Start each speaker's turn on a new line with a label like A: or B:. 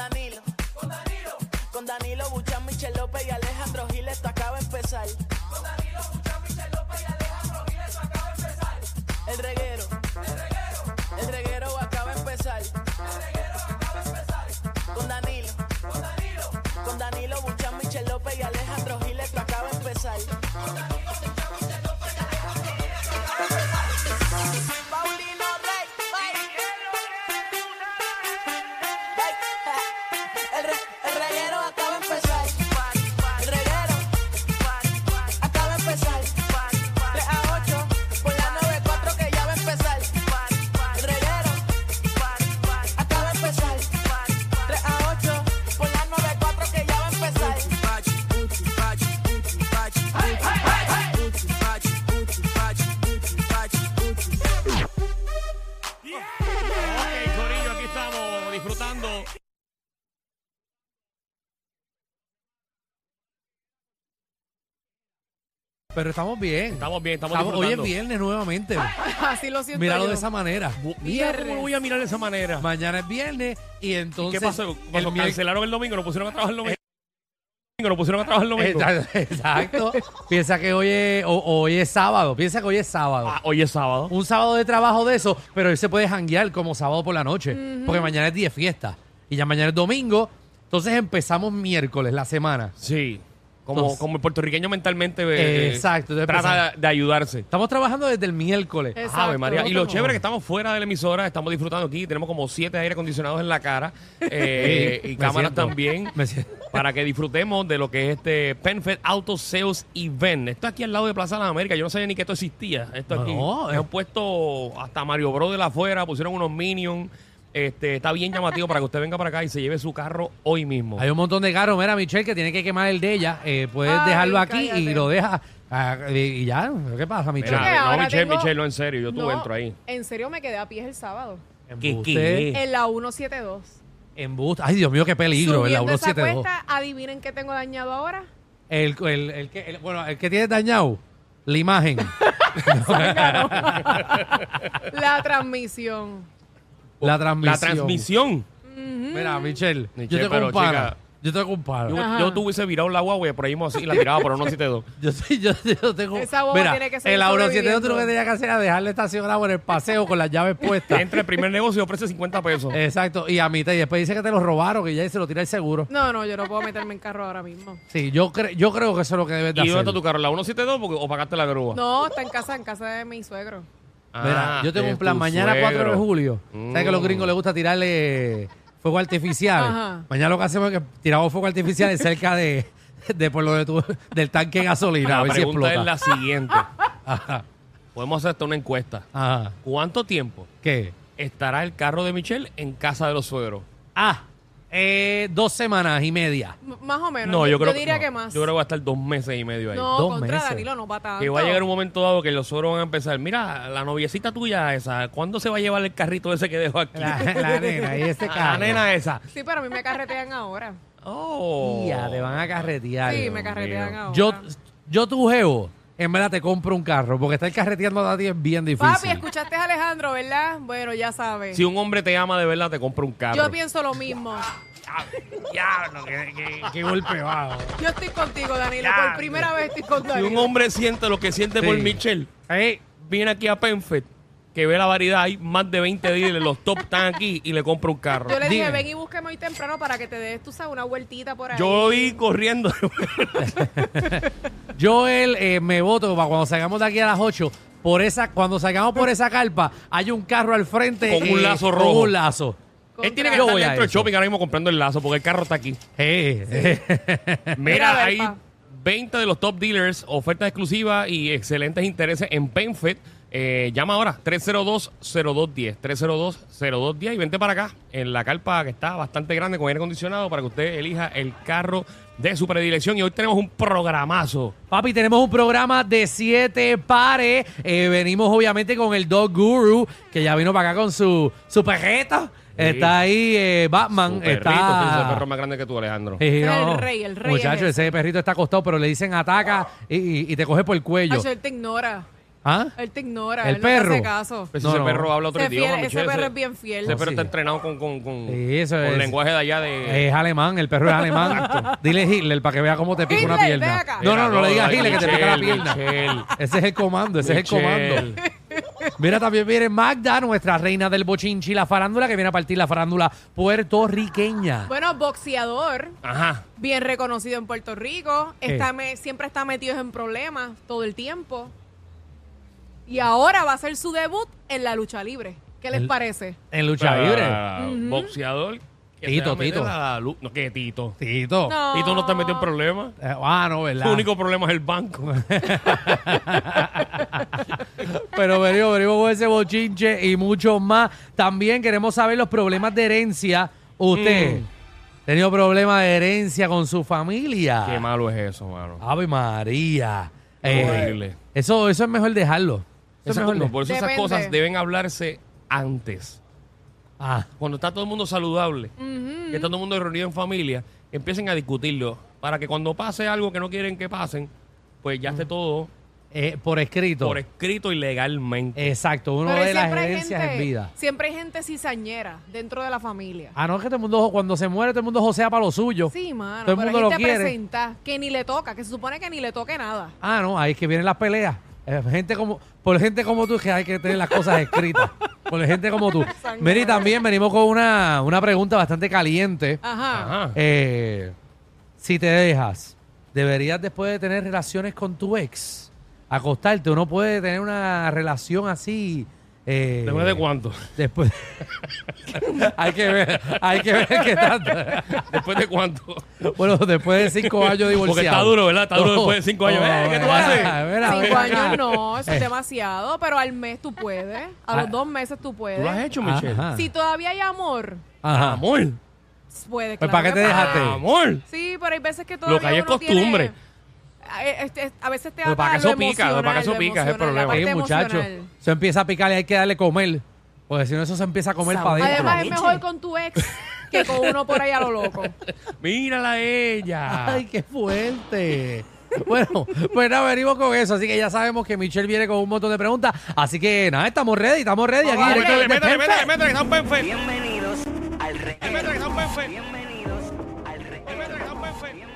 A: Danilo, con Danilo Buchan, Michel López y Alejandro Gil, esto acaba de empezar. Con Danilo Buchan, Michel López y Alejandro Gil, esto acaba de empezar. El reguero acaba de empezar. Con Danilo Buchan, Michel López y Alejandro Gil, esto acaba de empezar. Paulino Rey, el reguero acaba de empezar. El reguero acaba de empezar. 3 a 8 por la 94 que ya va a empezar. El reguero acaba de empezar. 3 a 8 por la 94 que ya va a empezar.
B: Ok, corillo, aquí estamos disfrutando.
C: Pero estamos bien.
B: Estamos bien, estamos
C: Hoy es
B: disfrutando.
C: viernes nuevamente.
D: Así lo siento
C: Míralo
D: yo.
C: de esa manera.
B: Mira cómo lo voy a mirar de esa manera.
C: Mañana es viernes y entonces...
B: ¿Qué pasó? Cuando
C: el miércoles-
B: cancelaron el domingo, nos pusieron a trabajar el domingo. Nos pusieron a trabajar el domingo.
C: Exacto. Piensa que hoy es sábado. Piensa que hoy es sábado.
B: Ah, hoy es sábado.
C: Un sábado de trabajo de eso, pero hoy se puede janguear como sábado por la noche. Porque mañana es día de fiesta. Y ya mañana es domingo. Entonces empezamos miércoles la semana.
B: Sí. Como,
C: Entonces-
B: como el puertorriqueño mentalmente
C: Exacto. Entonces
B: trata de ayudarse.
C: Estamos trabajando desde el miércoles.
D: Exacto.
B: Ave María. Y lo
C: Otro-
B: chévere es que estamos fuera de la emisora, estamos disfrutando aquí, tenemos como 7 aire acondicionados en la cara y
C: Me
B: cámaras
C: siento.
B: también,
C: Me siento.
B: para que disfrutemos de lo que es este PenFed Auto Sales Event. Esto aquí al lado de Plaza de las Américas, yo no sabía ni que esto existía. Esto
C: No,
B: aquí,
C: no,
B: han puesto hasta Mario Bros de la afuera, pusieron unos Minions. Está bien llamativo para que usted venga para acá y se lleve su carro hoy mismo.
C: Hay un montón de carros. Mira, Michelle, que tiene que quemar el de ella. Puedes
D: Ay,
C: dejarlo aquí
D: cállate.
C: y lo deja. Y ya. ¿Qué pasa, Michelle?
D: Creo que
B: Mira, no,
D: ahora
B: Michelle,
D: tengo-
B: Michelle, no, en serio, yo tú
D: No,
B: entro ahí.
D: En serio me quedé a pies el sábado.
C: Embuste.
D: En la 172.
C: Embuste. Ay, Dios mío, qué peligro. En la
D: Subiendo esa
C: 172.
D: cuesta, adivinen qué tengo dañado ahora.
C: El que tiene dañado la imagen.
D: La transmisión.
C: La transmisión.
B: La transmisión.
C: Mira, Michelle,
B: Michelle,
C: yo te
B: pero,
C: comparo.
B: chica,
C: Yo te comparo.
D: Ajá.
B: Yo tuviese virado la guagua y por ahí mismo así la tiraba, pero no si te doy.
C: Yo tengo.
D: Esa boba
C: Mira,
D: tiene que seguir
C: el Auro 72 tú lo que
D: sobreviviendo.
C: tenías que hacer era dejarle estacionado en el paseo con las llaves puestas.
B: Entra el primer negocio y ofrece 50 pesos.
C: Exacto. Y a mitad. Y después dice que te lo robaron, que ya se lo tira el seguro.
D: No, yo no puedo meterme en carro ahora mismo.
C: Sí, yo creo que eso es lo que debes de
B: ¿Y
C: hacer.
B: dónde está tu carro? ¿La 172 o pagaste la grúa?
D: No, está en casa de mi suegro.
C: Mira, yo tengo
B: es
C: un plan.
B: tu
C: Mañana 4 de
B: suegro.
C: julio. ¿Sabes que a los gringos les gusta tirarle fuego artificial?
D: Ajá.
C: Mañana lo que hacemos es que tiramos fuego artificial cerca de por lo de del tanque de gasolina. A
B: La
C: ver si
B: pregunta
C: explota.
B: es la siguiente.
C: Ajá.
B: Podemos hacer hasta una encuesta.
C: Ajá.
B: ¿Cuánto tiempo
C: ¿Qué?
B: estará el carro de Michelle en casa de los suegros?
C: 2 semanas y media.
D: Más o menos.
B: No, yo creo
D: diría
B: no.
D: que más.
B: Yo creo que va a estar 2 meses y medio ahí.
D: No,
C: 2
D: contra
C: meses.
D: Danilo no va tanto.
B: Que va a llegar un momento dado que los suegros van a empezar. Mira, la noviecita tuya esa, ¿cuándo se va a llevar el carrito ese que dejó aquí?
C: La nena y ese
B: La
C: carro.
B: nena esa.
D: Sí, pero a mí me carretean ahora.
B: Oh.
C: Ya, te van a carretear.
D: Sí,
B: Dios
D: me carretean
B: mío.
D: ahora.
C: Yo tu jevo, en verdad te compro un carro, porque estar carreteando a ti es bien difícil.
D: Papi, escuchaste a Alejandro, ¿verdad? Bueno, ya sabes.
B: Si un hombre te ama de verdad, te compra un carro.
D: Yo pienso lo mismo.
C: Diablo, qué golpe bajo.
D: Yo estoy contigo, Danilo.
C: Ya.
D: Por primera vez estoy con
B: Si
D: Danilo.
B: un hombre siente lo que siente
C: Sí.
B: por Michelle, viene aquí a PenFed, que ve la variedad, hay más de 20 dealers, los top están aquí y le compra un carro.
D: Yo le dije,
C: Dime.
D: ven y búsqueme hoy temprano para que te des, tú sabes, una vueltita por ahí.
B: Yo vi corriendo.
C: Me voto para cuando salgamos de aquí a las 8. Cuando salgamos por esa carpa, hay un carro al frente
B: Con un lazo
C: con
B: rojo.
C: un lazo.
B: Él tiene que
C: Yo
B: estar
C: voy a
B: dentro del
C: eso.
B: shopping ahora mismo comprando el lazo porque el carro está aquí.
C: Mira,
B: Mira, hay
D: Belpa.
B: 20 de los top dealers, ofertas exclusivas y excelentes intereses en PenFed. Llama ahora 302-0210, 302-0210 y vente para acá en la carpa que está bastante grande con aire acondicionado para que usted elija el carro de su predilección. Y hoy tenemos un programazo.
C: papi, tenemos un programa de 7 pares. Venimos obviamente con el Dog Guru, que ya vino para acá con su perrito. Está ahí Batman.
B: Su perrito,
C: Está
B: este es el perro más grande que tú, Alejandro.
C: Sí,
D: El rey
C: Muchacho,
D: es
C: ese perrito está acostado, pero le dicen ataca y te coge por el cuello.
D: Ay, él te ignora.
C: ¿Ah?
D: Él te ignora,
C: ¿El
D: él no te
C: perro?
D: hace caso.
B: Pues
C: No,
B: ese
C: no.
B: perro habla otro
D: Ese
B: idioma,
D: ese
B: Michelle.
D: perro es bien fiel.
B: Ese perro
C: Sí.
B: está entrenado con
C: Sí, eso
B: con
C: es.
B: lenguaje de allá de...
C: Es alemán, el perro es alemán. Dile Hitler para que vea cómo te pica una
D: Hitler, ven
C: pierna.
D: acá.
C: No, no le digas
B: Ay,
C: Hitler que te pica la
B: Michelle,
C: pierna.
B: Michelle.
C: Ese es el comando, ese es el comando.
B: Michelle.
C: Mira, también viene Magda, nuestra reina del bochinchi, la farándula, que viene a partir la farándula puertorriqueña.
D: Bueno, boxeador,
B: Ajá.
D: bien reconocido en Puerto Rico.
C: ¿Qué?
D: Siempre está metido en problemas todo el tiempo. Y ahora va a hacer su debut en la lucha libre. ¿Qué les parece?
C: En lucha libre.
B: Boxeador. que
C: Tito,
B: se va a meter
C: Tito.
B: a la lu- No, que Tito.
C: Tito.
D: No.
B: Tito no está metido en problemas.
C: No, ¿verdad?
B: Su único problema es el banco.
C: Pero venimos con ese bochinche y mucho más. También queremos saber los problemas de herencia. ¿Usted ha tenido problemas de herencia con su familia?
B: Qué malo es eso, mano.
C: Ave María.
B: Horrible.
C: Eso es mejor dejarlo. Eso es
B: Esas-
C: mejor
B: no, por eso esas
D: Depende.
B: cosas deben hablarse antes.
C: Ah,
B: Cuando está todo el mundo saludable, que está todo el mundo reunido en familia, empiecen a discutirlo. Para que cuando pase algo que no quieren que pasen, pues ya esté todo
C: por escrito.
B: por escrito y legalmente.
C: Exacto, uno
D: Pero
C: de las
D: siempre hay
C: herencias en vida.
D: Siempre hay gente cizañera dentro de la familia.
C: Ah, no, es que todo el mundo, cuando se muere, todo el mundo josea para lo suyo.
D: Sí, mano,
C: Todo el
D: pero
C: mundo
D: hay
C: lo
D: gente
C: quiere.
D: presenta que ni le toca, que se supone que ni le toque nada.
C: Ah, no, ahí es que vienen las peleas. Por gente como tú es que hay que tener las cosas escritas. Por gente como tú. Mira, y también venimos con una pregunta bastante caliente.
D: Ajá.
B: Ajá.
C: Si te dejas, ¿deberías después de tener relaciones con tu ex acostarte? Uno puede tener una relación así.
B: ¿Después de cuánto?
C: Después. hay que ver qué tanto.
B: ¿Después de cuánto?
C: Bueno, después de 5 años divorciado.
B: Porque está duro, ¿verdad? Está duro después de 5 años. ¿Qué tú haces?
C: mira,
D: 5
C: ven acá.
D: años no, eso es demasiado, pero al mes tú puedes. A los 2 meses tú puedes.
B: ¿Tú lo has hecho, Michelle?
C: Ajá.
D: Si todavía hay amor,
C: Ajá.
B: Amor.
D: puede.
C: Pues,
D: claro
C: ¿para qué
D: que
C: te
D: puede.
C: dejaste?
B: Amor.
D: Sí, pero hay veces que todavía
B: Lo que hay es
D: uno tiene-
B: costumbre.
D: a veces te
B: Pero para
D: ata
B: que
D: lo
B: eso pica,
D: emocional,
B: para que eso
D: lo
B: pica, es el
D: emocional, la
B: problema.
C: Sí,
D: parte
C: muchacho.
D: emocional.
C: Eso empieza a picar y hay que darle comer. Porque si no, eso se empieza a comer para adentro.
D: Además, es mejor con tu ex que con uno por ahí a lo loco.
B: Mírala a ella.
C: ¡Ay, qué fuerte! Bueno, pues nada, venimos con eso. Así que ya sabemos que Michelle viene con un montón de preguntas. Así que nada, estamos ready. Aquí
D: Vamos,
C: directo
B: Métele,
C: desde
B: métele,
C: Penfe.
B: métele, que está un penfe.
E: Bienvenidos al reguero.
B: Métele, que está un penfe.
E: Bienvenidos al reguero.
B: Métele, que está un penfe.